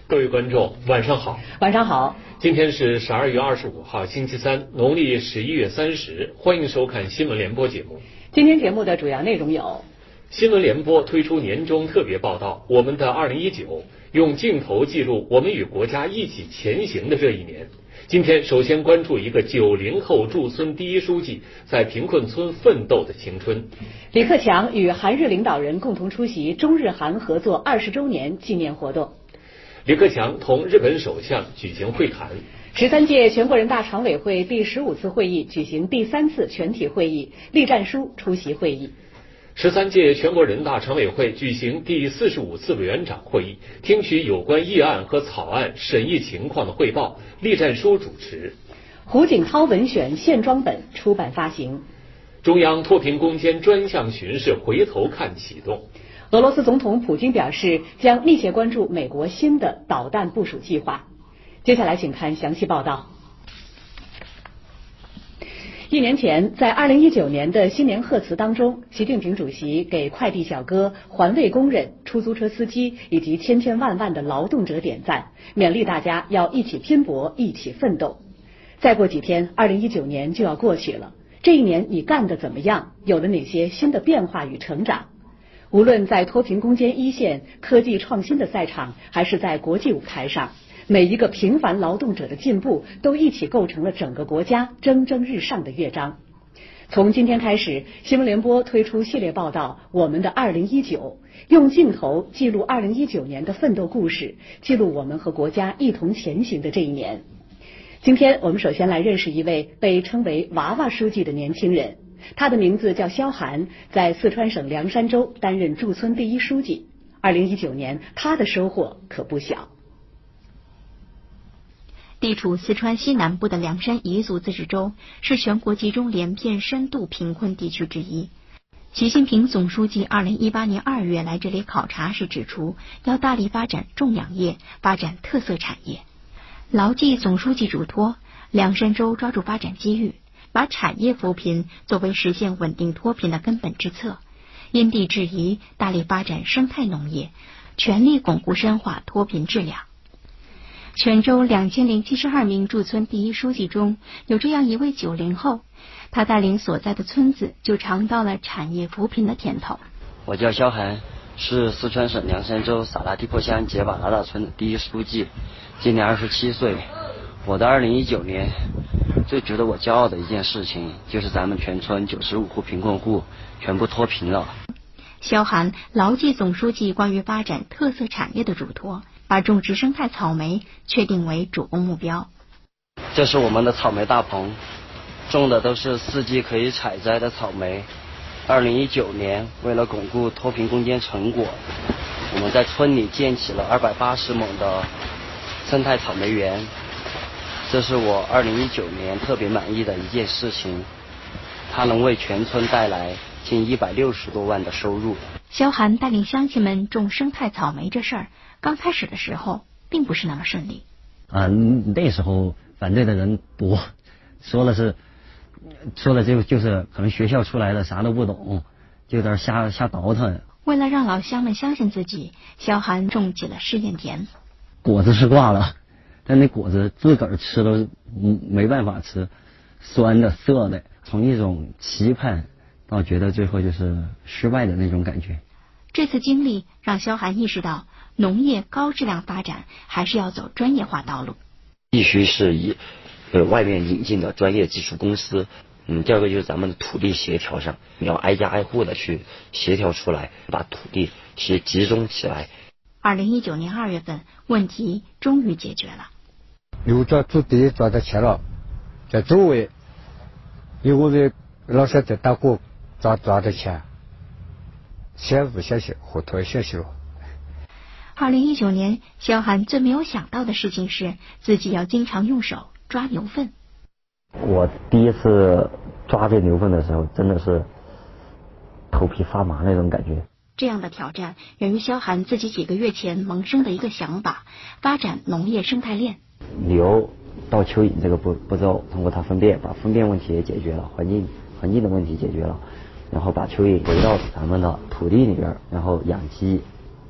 各位观众，晚上好。 晚上好。 今天是12月25号，星期三，农历11月30。欢迎收看新闻联播节目。 今天节目的主要内容有： 新闻联播推出年终特别报道《我们的2019》，用镜头记录我们与国家一起前行的这一年。今天首先关注一个90后驻村第一书记在贫困村奋斗的青春。 李克强与韩日领导人共同出席中日韩合作20周年纪念活动。 李克强同日本首相举行会谈。 13届全国人大常委会第15次会议举行第3次全体会议，栗战书出席会议。 13届全国人大常委会举行第45次委员长会议，听取有关议案和草案审议情况的汇报，栗战书主持。 胡锦涛文选线装本出版发行。 中央脱贫攻坚专项巡视回头看启动。 俄罗斯总统普京表示，将密切关注美国新的导弹部署计划。接下来请看详细报道。1年前，在2019年的新年贺词当中，习近平主席给快递小哥、环卫工人、出租车司机以及千千万万的劳动者点赞，勉励大家要一起拼搏，一起奋斗。再过几天，2019年就要过去了。这一年你干得怎么样？有了哪些新的变化与成长？无论在脱贫攻坚一线、科技创新的赛场，还是在国际舞台上，每一个平凡劳动者的进步都一起构成了整个国家蒸蒸日上的乐章。从今天开始，新闻联播推出系列报道《我们的2019》，用镜头记录2019年的奋斗故事，记录我们和国家一同前行的这一年。今天我们首先来认识一位被称为娃娃书记的年轻人，他的名字叫萧寒，在四川省凉山州担任驻村第一书记。2019年，他的收获可不小。 地处四川西南部的凉山彝族自治州是全国集中连片深度贫困地区之一。习近平总书记2018年2月来这里考察时指出，要大力发展种养业，发展特色产业。牢记总书记嘱托，凉山州抓住发展机遇，把产业扶贫作为实现稳定脱贫的根本之策，因地制宜，大力发展生态农业，全力巩固深化脱贫治疗。全州2072名驻村第一书记中，有这样一位90后，他带领所在的村子就尝到了产业扶贫的甜头。 我叫萧寒，是四川省凉山州撒拉地坡乡杰瓦拉达村的第一书记，今年27岁。我的2019年最值得我骄傲的一件事情，就是咱们全村95户贫困户全部脱贫了。 萧寒牢记总书记关于发展特色产业的嘱托，把种植生态草莓确定为主攻目标。 这是我们的草莓大棚，种的都是四季可以采摘的草莓。2019年，为了巩固脱贫攻坚成果，我们在村里建起了280亩的生态草莓园。这是我2019年特别满意的一件事情，它能为全村带来近160多万的收入。 萧寒带领乡亲们种生态草莓这事儿，刚开始的时候并不是那么顺利。 那时候反对的人多，说了就是可能学校出来的啥都不懂，就在那瞎倒腾。 为了让老乡们相信自己，萧寒种起了试验田。 果子是挂了，但那果子自个儿吃都没办法吃，酸的涩的，从一种期盼到觉得最后就是失败的那种感觉。 这次经历让萧寒意识到，农业高质量发展还是要走专业化道路， 必须是以外面引进的专业技术公司。第二个就是咱们的土地协调上，你要挨家挨户的去协调出来，把土地集中起来。 2019年2月份，问题终于解决了。 有抓土地抓到钱了，在周围有我们老乡在打鼓抓的钱，先不先行，后头也先行了。 2019年，萧寒最没有想到的事情是，自己要经常用手抓牛粪。 我第一次抓这牛粪的时候，真的是头皮发麻那种感觉。 这样的挑战源于萧寒自己几个月前萌生的一个想法，发展农业生态链。 牛到蚯蚓这个步骤，通过它粪便，把粪便问题也解决了，环境的问题解决了，然后把蚯蚓回到咱们的土地里边，然后养鸡，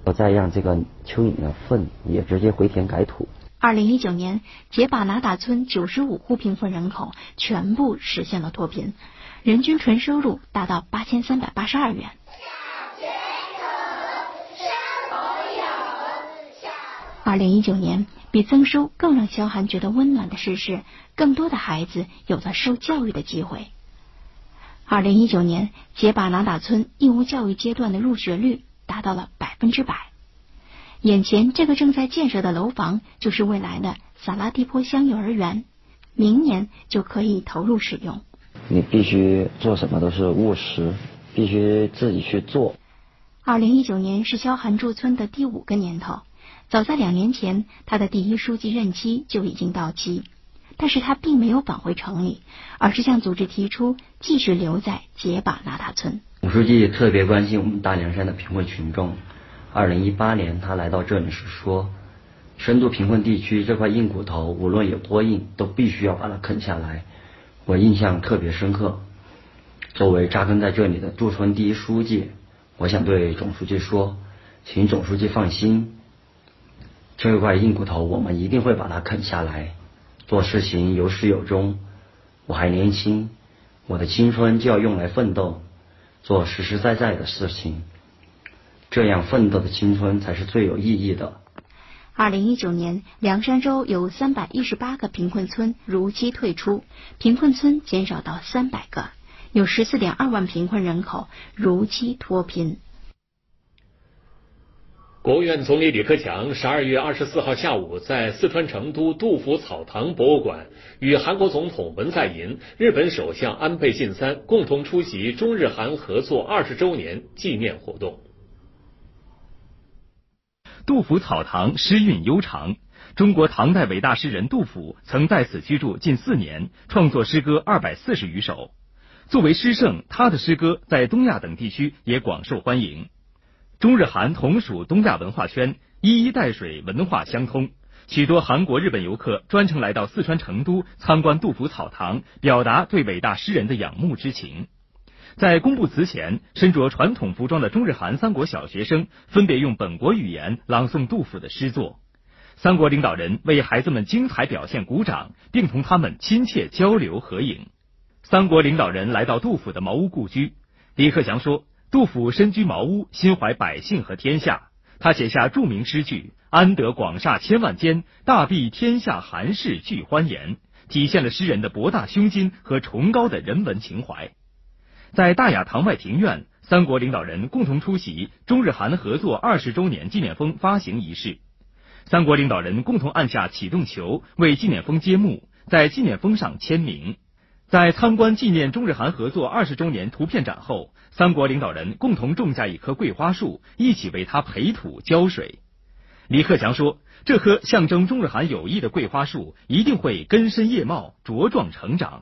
再让这个蚯蚓的粪也直接回田改土。 2019年，杰巴拿达村95户贫困人口全部实现了脱贫，人均纯收入达到8382元。2019年，比增收更让萧寒觉得温暖的事是，更多的孩子有了受教育的机会。2019年，杰巴拿达村义务教育阶段的入学率达到了100%。眼前这个正在建设的楼房就是未来的萨拉蒂坡乡幼儿园，明年就可以投入使用。 你必须做什么都是务实，必须自己去做。 2019年是萧寒驻村的第5个年头，早在2年前，他的第1书记任期就已经到期，但是他并没有返回城里，而是向组织提出继续留在杰巴拿达村。 总书记特别关心我们大凉山的贫困群众。2018年他来到这里时说，深度贫困地区这块硬骨头无论有多硬，都必须要把它啃下来。我印象特别深刻。作为扎根在这里的驻村第1书记，我想对总书记说，请总书记放心，这块硬骨头我们一定会把它啃下来。做事情有始有终，我还年轻，我的青春就要用来奋斗，做实实在在的事情，这样奋斗的青春才是最有意义的。 2019年，凉山州有318个贫困村如期退出，贫困村减少到300个，有14.2万贫困人口如期脱贫。 国务院总理李克强12月24号下午在四川成都杜甫草堂博物馆与韩国总统文在寅、日本首相安倍晋三共同出席中日韩合作20周年纪念活动。 杜甫草堂诗韵悠长，中国唐代伟大诗人杜甫曾在此居住近4年，创作诗歌240余首。作为诗圣，他的诗歌在东亚等地区也广受欢迎。中日韩同属东亚文化圈，一衣带水，文化相通。许多韩国、日本游客专程来到四川成都参观杜甫草堂，表达对伟大诗人的仰慕之情。在公布词前，身着传统服装的中日韩3国小学生分别用本国语言朗诵杜甫的诗作。3国领导人为孩子们精彩表现鼓掌，并同他们亲切交流合影。3国领导人来到杜甫的茅屋故居，李克强说，杜甫身居茅屋，心怀百姓和天下。他写下著名诗句“安得广厦千万间，大庇天下寒士俱欢颜”，体现了诗人的博大胸襟和崇高的人文情怀。在大雅堂外庭院，3国领导人共同出席中日韩合作20周年纪念封发行仪式。3国领导人共同按下启动球，为纪念封揭幕，在纪念封上签名。在参观纪念中日韩合作20周年图片展后，3国领导人共同种下一棵桂花树，一起为它培土浇水。李克强说，这棵象征中日韩友谊的桂花树一定会根深叶茂，茁壮成长。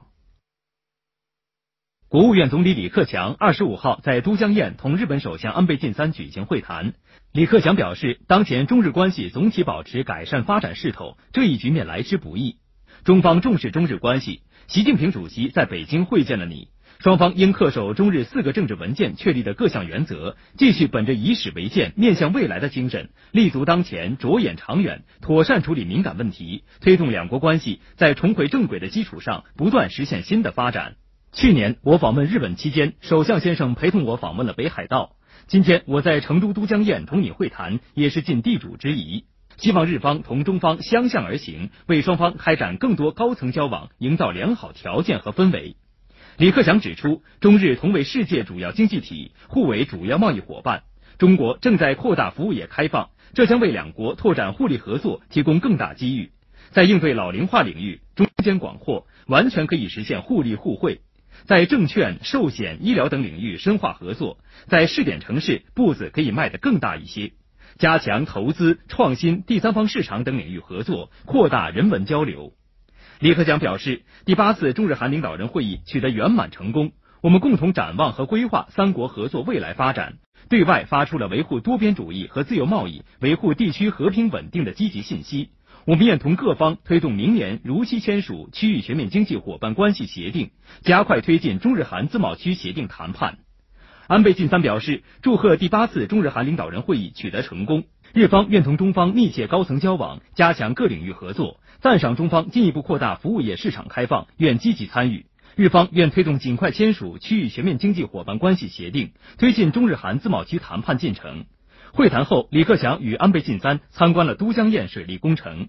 国务院总理李克强25号在都江堰同日本首相安倍晋三举行会谈。李克强表示，当前中日关系总体保持改善发展势头，这一局面来之不易。中方重视中日关系，习近平主席在北京会见了你，双方应恪守中日4个政治文件确立的各项原则，继续本着以史为鉴、面向未来的精神，立足当前、着眼长远，妥善处理敏感问题，推动两国关系在重回正轨的基础上不断实现新的发展。去年我访问日本期间，首相先生陪同我访问了北海道。今天我在成都都江堰同你会谈，也是尽地主之谊。希望日方同中方相向而行，为双方开展更多高层交往营造良好条件和氛围。李克强指出，中日同为世界主要经济体，互为主要贸易伙伴。中国正在扩大服务业开放，这将为两国拓展互利合作提供更大机遇。在应对老龄化领域，中间广阔，完全可以实现互利互惠。在证券、寿险、医疗等领域深化合作，在试点城市步子可以迈得更大一些，加强投资、创新、第三方市场等领域合作，扩大人文交流。李克强表示，第8次中日韩领导人会议取得圆满成功，我们共同展望和规划3国合作未来发展，对外发出了维护多边主义和自由贸易、维护地区和平稳定的积极信息。我们愿同各方推动明年如期签署区域全面经济伙伴关系协定，加快推进中日韩自贸区协定谈判。 安倍晋三表示，祝贺第8次中日韩领导人会议取得成功，日方愿同中方密切高层交往，加强各领域合作，赞赏中方进一步扩大服务业市场开放，愿积极参与。日方愿推动尽快签署区域全面经济伙伴关系协定，推进中日韩自贸区谈判进程。会谈后，李克强与安倍晋三参观了都江堰水利工程。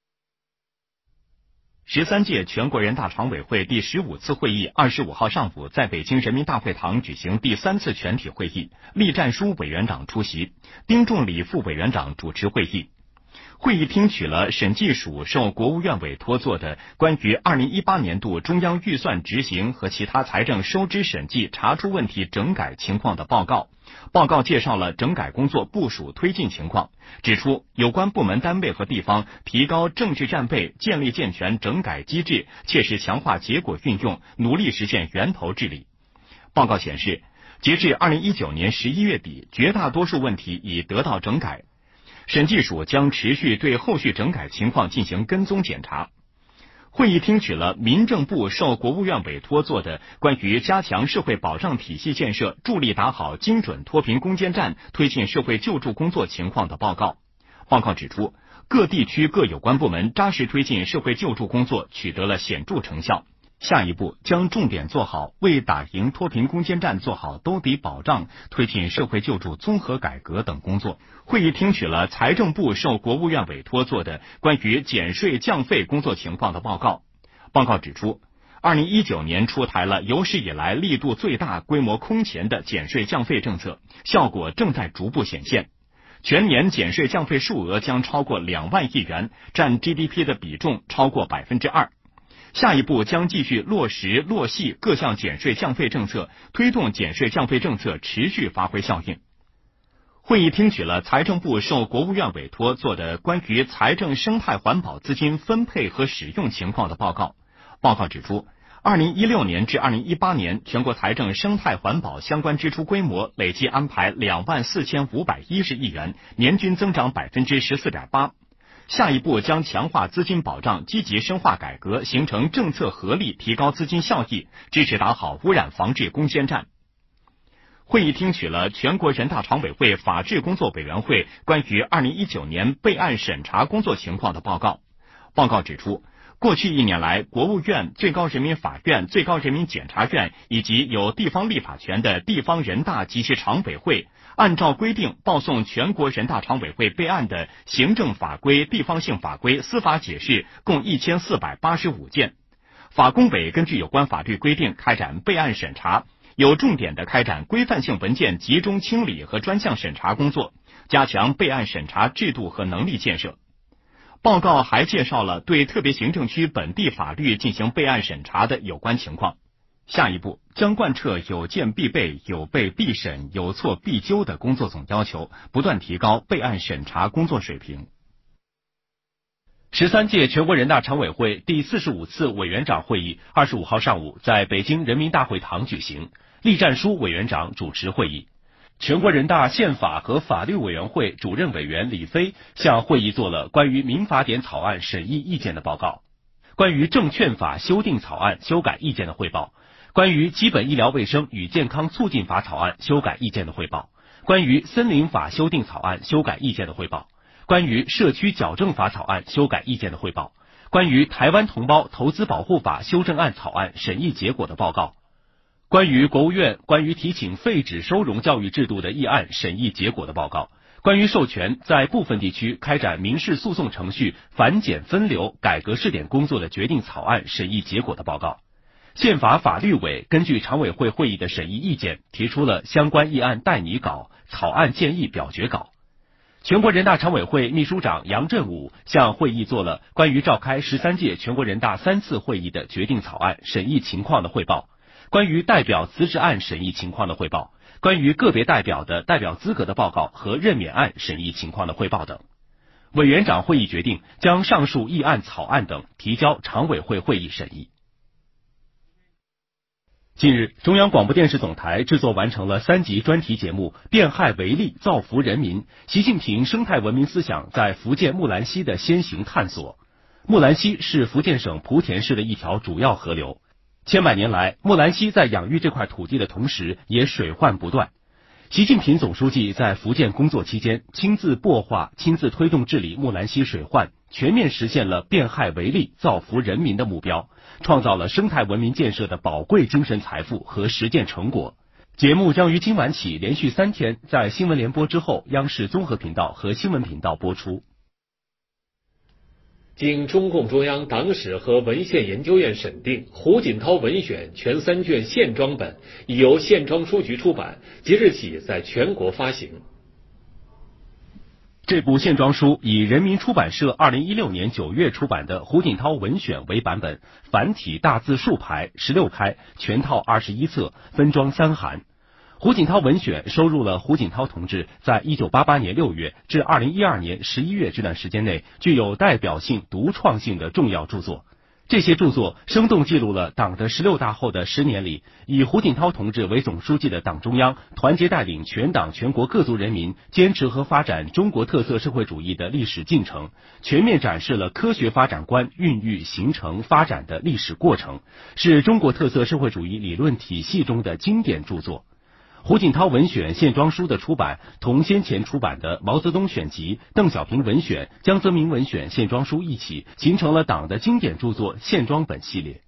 13届全国人大常委会第15次会议25号上午在北京人民大会堂举行第3次全体会议，栗战书委员长出席，丁仲礼副委员长主持会议。会议听取了审计署受国务院委托做的关于2018年度中央预算执行和其他财政收支审计查出问题整改情况的报告。报告介绍了整改工作部署推进情况，指出有关部门单位和地方提高政治战备，建立健全整改机制，切实强化结果运用，努力实现源头治理。报告显示，截至2019年11月底，绝大多数问题已得到整改。审计署将持续对后续整改情况进行跟踪检查。会议听取了民政部受国务院委托做的关于加强社会保障体系建设，助力打好精准脱贫攻坚战，推进社会救助工作情况的报告。报告指出，各地区各有关部门扎实推进社会救助工作，取得了显著成效。下一步将重点做好为打赢脱贫攻坚战做好兜底保障，推进社会救助综合改革等工作。会议听取了财政部受国务院委托做的关于减税降费工作情况的报告。报告指出，2019年出台了有史以来力度最大、规模空前的减税降费政策，效果正在逐步显现。全年减税降费数额将超过2万亿元，占 GDP 的比重超过 2%。下一步将继续落实落细各项减税降费政策，推动减税降费政策持续发挥效应。会议听取了财政部受国务院委托做的关于财政生态环保资金分配和使用情况的报告。报告指出，2016年至2018年全国财政生态环保相关支出规模累计安排24510亿元，年均增长 14.8%。下一步将强化资金保障，积极深化改革，形成政策合力，提高资金效益，支持打好污染防治攻坚战。会议听取了全国人大常委会法制工作委员会关于2019年备案审查工作情况的报告。报告指出，过去1年来，国务院、最高人民法院、最高人民检察院以及有地方立法权的地方人大及其常委会，按照规定报送全国人大常委会备案的行政法规、地方性法规、司法解释共1485件。法工委根据有关法律规定开展备案审查，有重点的开展规范性文件集中清理和专项审查工作，加强备案审查制度和能力建设。报告还介绍了对特别行政区本地法律进行备案审查的有关情况。下一步将贯彻有见必备、有备必审、有错必纠的工作总要求，不断提高备案审查工作水平。 13届全国人大常委会第45次委员长会议25号上午在北京人民大会堂举行，栗战书委员长主持会议。全国人大宪法和法律委员会主任委员李飞向会议做了关于民法典草案审议意见的报告，关于证券法修订草案修改意见的汇报，关于基本医疗卫生与健康促进法草案修改意见的汇报，关于森林法修订草案修改意见的汇报，关于社区矫正法草案修改意见的汇报，关于台湾同胞投资保护法修正案草案审议结果的报告，关于国务院关于提请废止收容教育制度的议案审议结果的报告，关于授权在部分地区开展民事诉讼程序反检分流改革试点工作的决定草案审议结果的报告。宪法法律委根据常委会会议的审议意见，提出了相关议案待拟稿、草案建议表决稿。全国人大常委会秘书长杨振武向会议做了关于召开13届全国人大3次会议的决定草案审议情况的汇报，关于代表辞职案审议情况的汇报，关于个别代表的代表资格的报告和任免案审议情况的汇报等。委员长会议决定将上述议案草案等提交常委会会议审议。近日，中央广播电视总台制作完成了3集专题节目《变害为利，造福人民：习近平生态文明思想在福建木兰溪的先行探索》。木兰溪是福建省莆田市的一条主要河流。 千百年来，木兰溪在养育这块土地的同时，也水患不断。习近平总书记在福建工作期间，亲自擘画、亲自推动治理木兰溪水患，全面实现了变害为利、造福人民的目标，创造了生态文明建设的宝贵精神财富和实践成果。节目将于今晚起连续3天在新闻联播之后，央视综合频道和新闻频道播出。 经中共中央党史和文献研究院审定，胡锦涛文选全3卷线装本已由线装书局出版，即日起在全国发行。 这部线装书以人民出版社2016年9月出版的胡锦涛文选为版本，繁体大字竖排，16开，全套21册，分装3函。胡锦涛文选收录了胡锦涛同志在1988年6月至2012年11月这段时间内具有代表性、独创性的重要著作。这些著作生动记录了党的16大后的10年里，以胡锦涛同志为总书记的党中央团结带领全党全国各族人民坚持和发展中国特色社会主义的历史进程，全面展示了科学发展观孕育、形成、发展的历史过程，是中国特色社会主义理论体系中的经典著作。胡锦涛文选线装书的出版，同先前出版的毛泽东选集、邓小平文选、江泽民文选线装书一起，形成了党的经典著作线装本系列。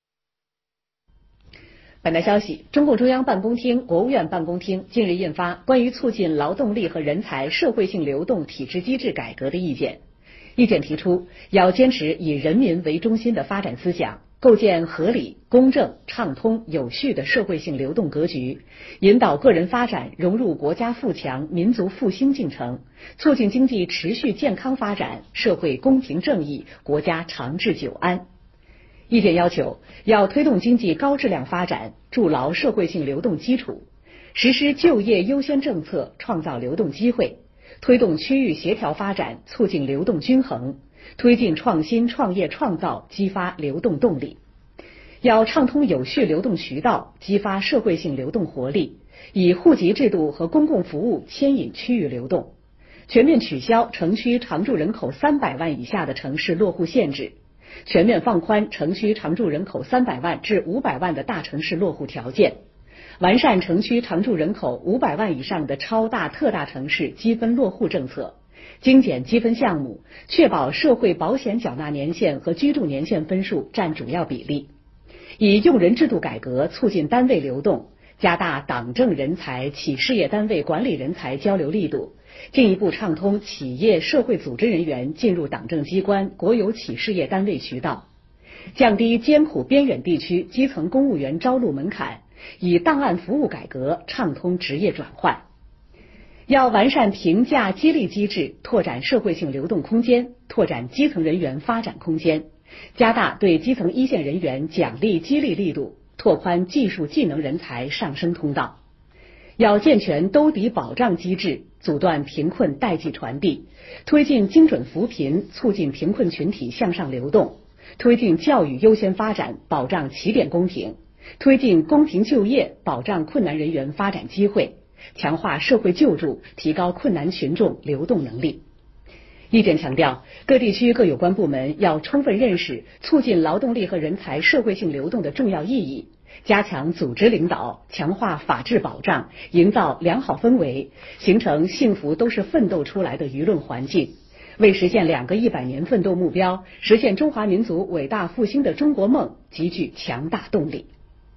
本台消息，中共中央办公厅、国务院办公厅近日印发关于促进劳动力和人才社会性流动体制机制改革的意见。意见提出，要坚持以人民为中心的发展思想，构建合理、公正、畅通、有序的社会性流动格局，引导个人发展融入国家富强、民族复兴进程，促进经济持续健康发展，社会公平正义，国家长治久安。意见要求，要推动经济高质量发展，筑牢社会性流动基础，实施就业优先政策，创造流动机会，推动区域协调发展，促进流动均衡，推进创新创业创造，激发流动动力。要畅通有序流动渠道，激发社会性流动活力，以户籍制度和公共服务牵引区域流动，全面取消城区常住人口300万以下的城市落户限制，全面放宽城区常住人口300万至500万的大城市落户条件，完善城区常住人口500万以上的超大特大城市积分落户政策，精简积分项目，确保社会保险缴纳年限和居住年限分数占主要比例。以用人制度改革促进单位流动，加大党政人才、企事业单位管理人才交流力度，进一步畅通企业社会组织人员进入党政机关、国有企事业单位渠道，降低艰苦边远地区基层公务员招录门槛，以档案服务改革畅通职业转换。要完善评价激励机制，拓展社会性流动空间，拓展基层人员发展空间，加大对基层一线人员奖励激励力度，拓宽技术技能人才上升通道。要健全兜底保障机制，阻断贫困代际传递，推进精准扶贫，促进贫困群体向上流动，推进教育优先发展，保障起点公平，推进公平就业，保障困难人员发展机会，强化社会救助，提高困难群众流动能力。意见强调，各地区各有关部门要充分认识促进劳动力和人才社会性流动的重要意义，加强组织领导，强化法治保障，营造良好氛围，形成幸福都是奋斗出来的舆论环境，为实现2个100年奋斗目标，实现中华民族伟大复兴的中国梦极具强大动力。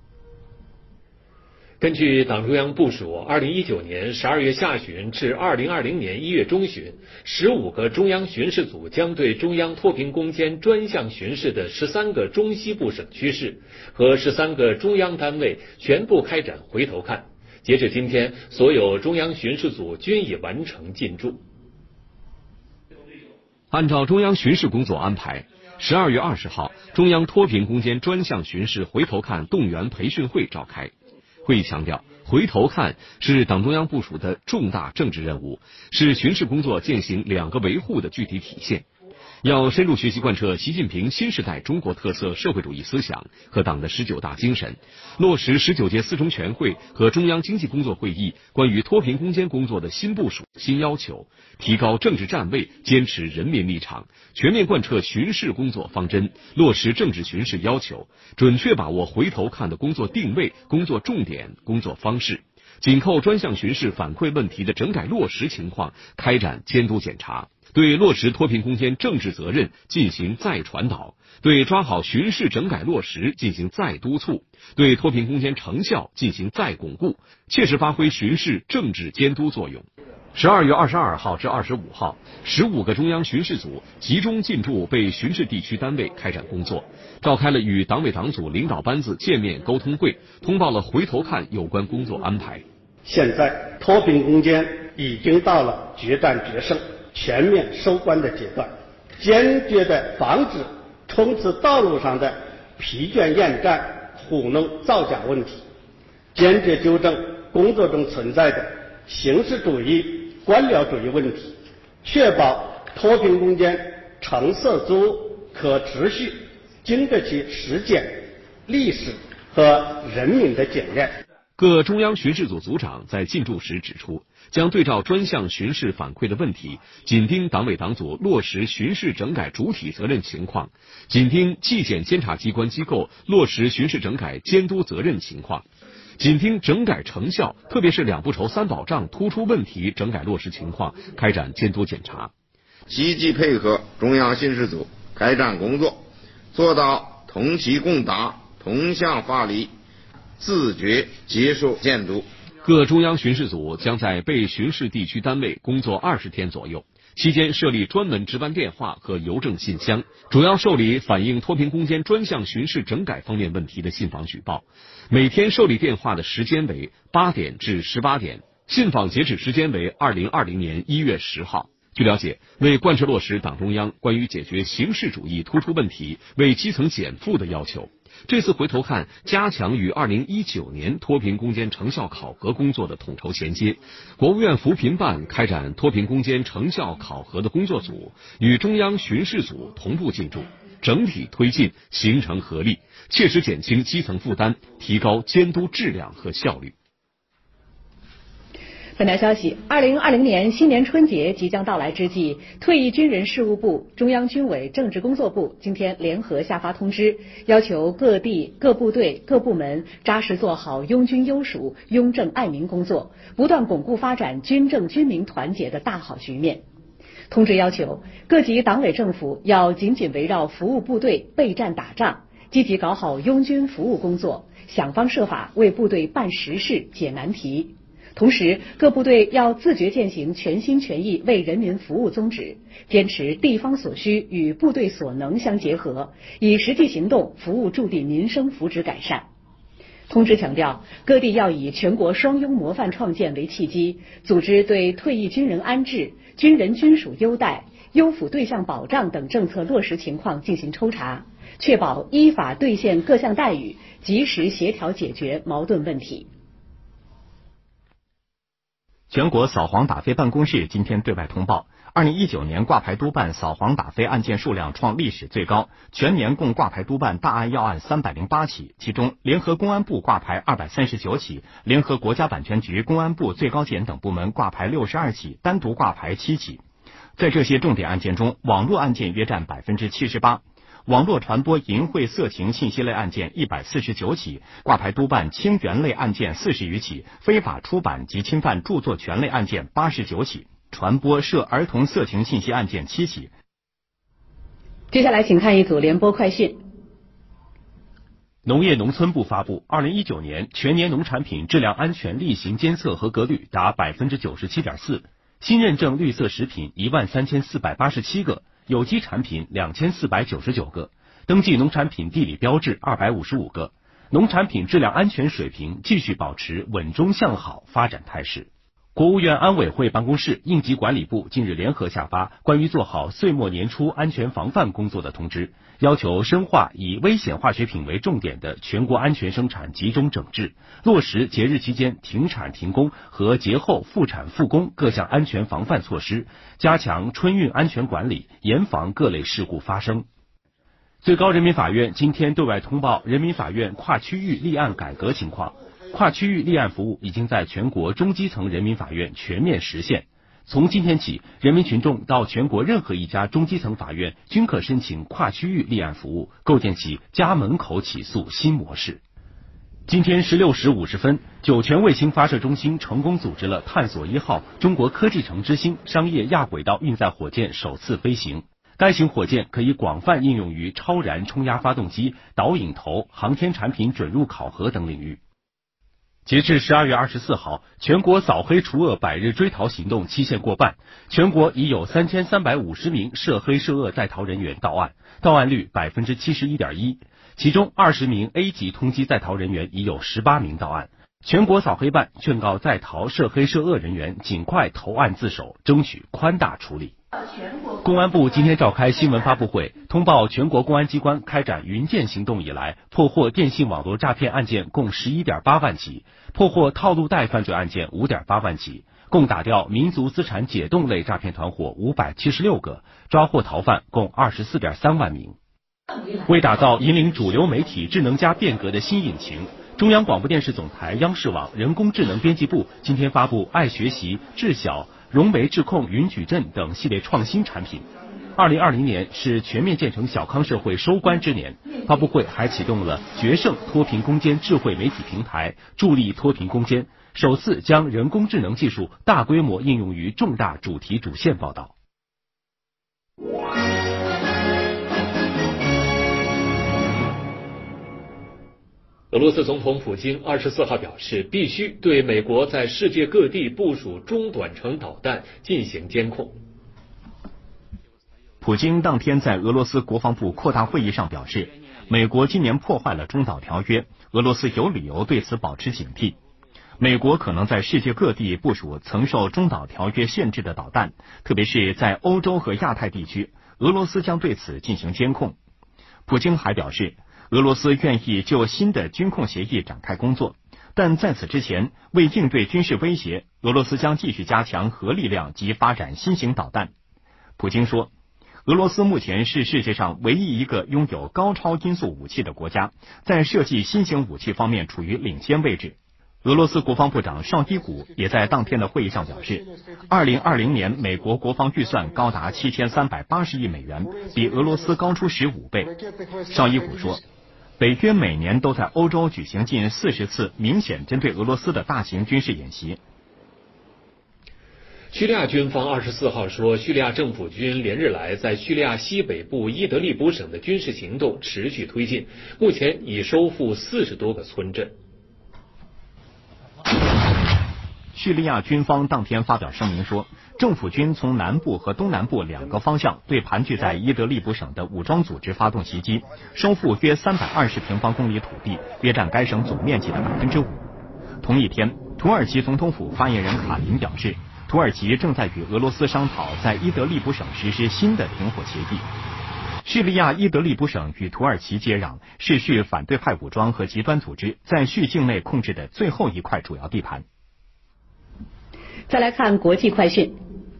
根据党中央部署，2019年12月下旬至2020年1月中旬，15个中央巡视组将对中央脱贫攻坚专项巡视的13个中西部省区市和13个中央单位全部开展回头看。截至今天，所有中央巡视组均已完成进驻。 按照中央巡视工作安排，12月20号，中央脱贫攻坚专项巡视回头看动员培训会召开。会议强调，回头看是党中央部署的重大政治任务，是巡视工作践行2个维护的具体体现。 要深入学习贯彻习近平新时代中国特色社会主义思想和党的19大精神，落实19届四中全会和中央经济工作会议关于脱贫攻坚工作的新部署、新要求，提高政治站位，坚持人民立场，全面贯彻巡视工作方针，落实政治巡视要求，准确把握回头看的工作定位、工作重点、工作方式，紧扣专项巡视反馈问题的整改落实情况开展监督检查，对落实脱贫攻坚政治责任进行再传导，对抓好巡视整改落实进行再督促，对脱贫攻坚成效进行再巩固，切实发挥巡视政治监督作用。12月22号至25号，15个中央巡视组集中进驻被巡视地区单位开展工作，召开了与党委党组领导班子见面沟通会，通报了回头看有关工作安排。 现在脱贫攻坚已经到了决战决胜、全面收官的阶段，坚决地防止冲刺道路上的疲倦厌战、糊弄造假问题，坚决纠正工作中存在的形式主义、官僚主义问题，确保脱贫攻坚成色足、可持续，经得起实践、历史和人民的检验。 各中央巡视组组长在进驻时指出，将对照专项巡视反馈的问题，紧盯党委党组落实巡视整改主体责任情况，紧盯纪检监察机关机构落实巡视整改监督责任情况，紧盯整改成效，特别是两不愁三保障突出问题整改落实情况，开展监督检查， 积极配合中央巡视组开展工作，做到同齐共达、同向发力，自觉接受监督。 各中央巡视组将在被巡视地区单位工作20天左右，期间设立专门值班电话和邮政信箱，主要受理反映脱贫攻坚专项巡视整改方面问题的信访举报。每天受理电话的时间为8点至18点，信访截止时间为2020年1月10号。据了解，为贯彻落实党中央关于解决形式主义突出问题、为基层减负的要求，这次回头看加强与2019年脱贫攻坚成效考核工作的统筹衔接，国务院扶贫办开展脱贫攻坚成效考核的工作组与中央巡视组同步进驻，整体推进，形成合力，切实减轻基层负担，提高监督质量和效率。 本台消息，2020年新年春节即将到来之际，退役军人事务部、中央军委政治工作部今天联合下发通知，要求各地、各部队、各部门扎实做好拥军优属、拥政爱民工作，不断巩固发展军政军民团结的大好局面。通知要求，各级党委政府要紧紧围绕服务部队备战打仗，积极搞好拥军服务工作，想方设法为部队办实事、解难题。同时，各部队要自觉践行全心全意为人民服务宗旨，坚持地方所需与部队所能相结合，以实际行动服务驻地民生福祉改善。通知强调，各地要以全国双拥模范创建为契机，组织对退役军人安置、军人军属优待、优抚对象保障等政策落实情况进行抽查，确保依法兑现各项待遇，及时协调解决矛盾问题。 全国扫黄打非办公室今天对外通报，2019年挂牌督办扫黄打非案件数量创历史最高，全年共挂牌督办大案要案308起，其中联合公安部挂牌239起，联合国家版权局、公安部、最高检等部门挂牌62起，单独挂牌7起。在这些重点案件中，网络案件约占78%。网络传播淫秽色情信息类案件149起，挂牌督办轻源类案件40余起，非法出版及侵犯著作权类案件89起，传播涉儿童色情信息案件7起。 接下来请看一组联播快讯。 农业农村部发布，2019年全年农产品质量安全例行监测合格率达97.4%，新认证绿色食品13487个。有机产品2499个，登记农产品地理标志255个，农产品质量安全水平继续保持稳中向好发展态势。 国务院安委会办公室、应急管理部近日联合下发关于做好岁末年初安全防范工作的通知，要求深化以危险化学品为重点的全国安全生产集中整治，落实节日期间停产停工和节后复产复工各项安全防范措施，加强春运安全管理，严防各类事故发生。最高人民法院今天对外通报人民法院跨区域立案改革情况。跨区域立案服务已经在全国中基层人民法院全面实现。从今天起，人民群众到全国任何一家中基层法院均可申请跨区域立案服务，构建起家门口起诉新模式。今天16时50分，酒泉卫星发射中心成功组织了探索1号中国科技城之星商业亚轨道运载火箭首次飞行。该型火箭可以广泛应用于超燃冲压发动机、导引头、航天产品准入考核等领域。截至12月24号，全国扫黑除恶百日追逃行动期限过半，全国已有3350名涉黑涉恶在逃人员到案，到案率 71.1%， 其中20名 A 级通缉在逃人员已有18名到案。全国扫黑办劝告在逃涉黑涉恶人员尽快投案自首，争取宽大处理。公安部今天召开新闻发布会，通报全国公安机关开展云剑行动以来，破获电信网络诈骗案件共 11.8 万起，破获套路贷犯罪案件 5.8 万起，共打掉民族资产解冻类诈骗团伙576个，抓获逃犯共 24.3 万名。为打造引领主流媒体智能加变革的新引擎，中央广播电视总台央视网人工智能编辑部今天发布爱学习、智晓、融媒智控、云矩阵等系列创新产品。2020年是全面建成小康社会收官之年，发布会还启动了决胜脱贫攻坚智慧媒体平台，助力脱贫攻坚，首次将人工智能技术大规模应用于重大主题主线报道。 俄罗斯总统普京24号表示，必须对美国在世界各地部署中短程导弹进行监控。 普京当天在俄罗斯国防部扩大会议上表示，美国今年破坏了中导条约，俄罗斯有理由对此保持警惕。美国可能在世界各地部署曾受中导条约限制的导弹，特别是在欧洲和亚太地区，俄罗斯将对此进行监控。普京还表示，俄罗斯愿意就新的军控协议展开工作，但在此之前，为应对军事威胁，俄罗斯将继续加强核力量及发展新型导弹。普京说，俄罗斯目前是世界上唯一一个拥有高超音速武器的国家，在设计新型武器方面处于领先位置。俄罗斯国防部长绍伊古也在当天的会议上表示，2020年美国国防预算高达7380亿美元，比俄罗斯高出15倍。绍伊古说，北约每年都在欧洲举行近40次明显针对俄罗斯的大型军事演习。 叙利亚军方24号说，叙利亚政府军连日来在叙利亚西北部伊德利卜省的军事行动持续推进，目前已收复40多个村镇。 叙利亚军方当天发表声明说，政府军从南部和东南部两个方向对盘踞在伊德利卜省的武装组织发动袭击，收复约320平方公里土地，约占该省总面积的 5%。同一天，土耳其总统府发言人卡林表示，土耳其正在与俄罗斯商讨在伊德利卜省实施新的停火协议。叙利亚伊德利卜省与土耳其接壤，是叙反对派武装和极端组织在叙境内控制的最后一块主要地盘。 再来看国际快讯。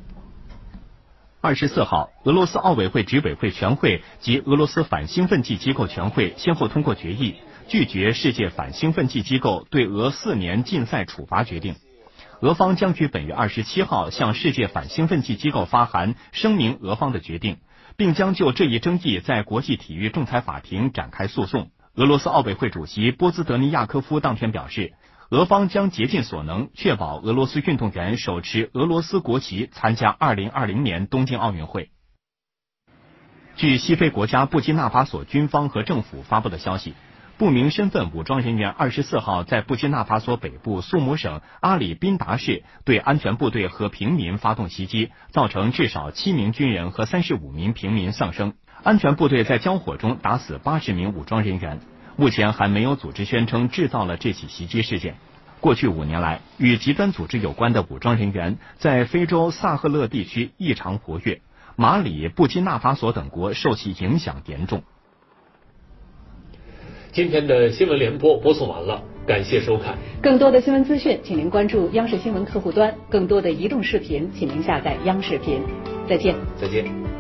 24号，俄罗斯奥委会执委会全会及俄罗斯反兴奋剂机构全会先后通过决议，拒绝世界反兴奋剂机构对俄4年禁赛处罚决定。俄方将于本月27号向世界反兴奋剂机构发函声明俄方的决定，并将就这一争议在国际体育仲裁法庭展开诉讼。俄罗斯奥委会主席波兹德尼亚科夫当天表示，俄方将竭尽所能确保俄罗斯运动员手持俄罗斯国旗参加2020年东京奥运会。据西非国家布基纳法索军方和政府发布的消息，不明身份武装人员24号在布基纳法索北部苏姆省阿里宾达市对安全部队和平民发动袭击，造成至少7名军人和35名平民丧生。安全部队在交火中打死80名武装人员。目前还没有组织宣称制造了这起袭击事件。 过去5年来，与极端组织有关的武装人员在非洲萨赫勒地区异常活跃，马里、布基纳法索等国受其影响严重。 今天的新闻联播播送完了，感谢收看。 更多的新闻资讯，请您关注央视新闻客户端；更多的移动视频，请您下载央视频。再见。 再见。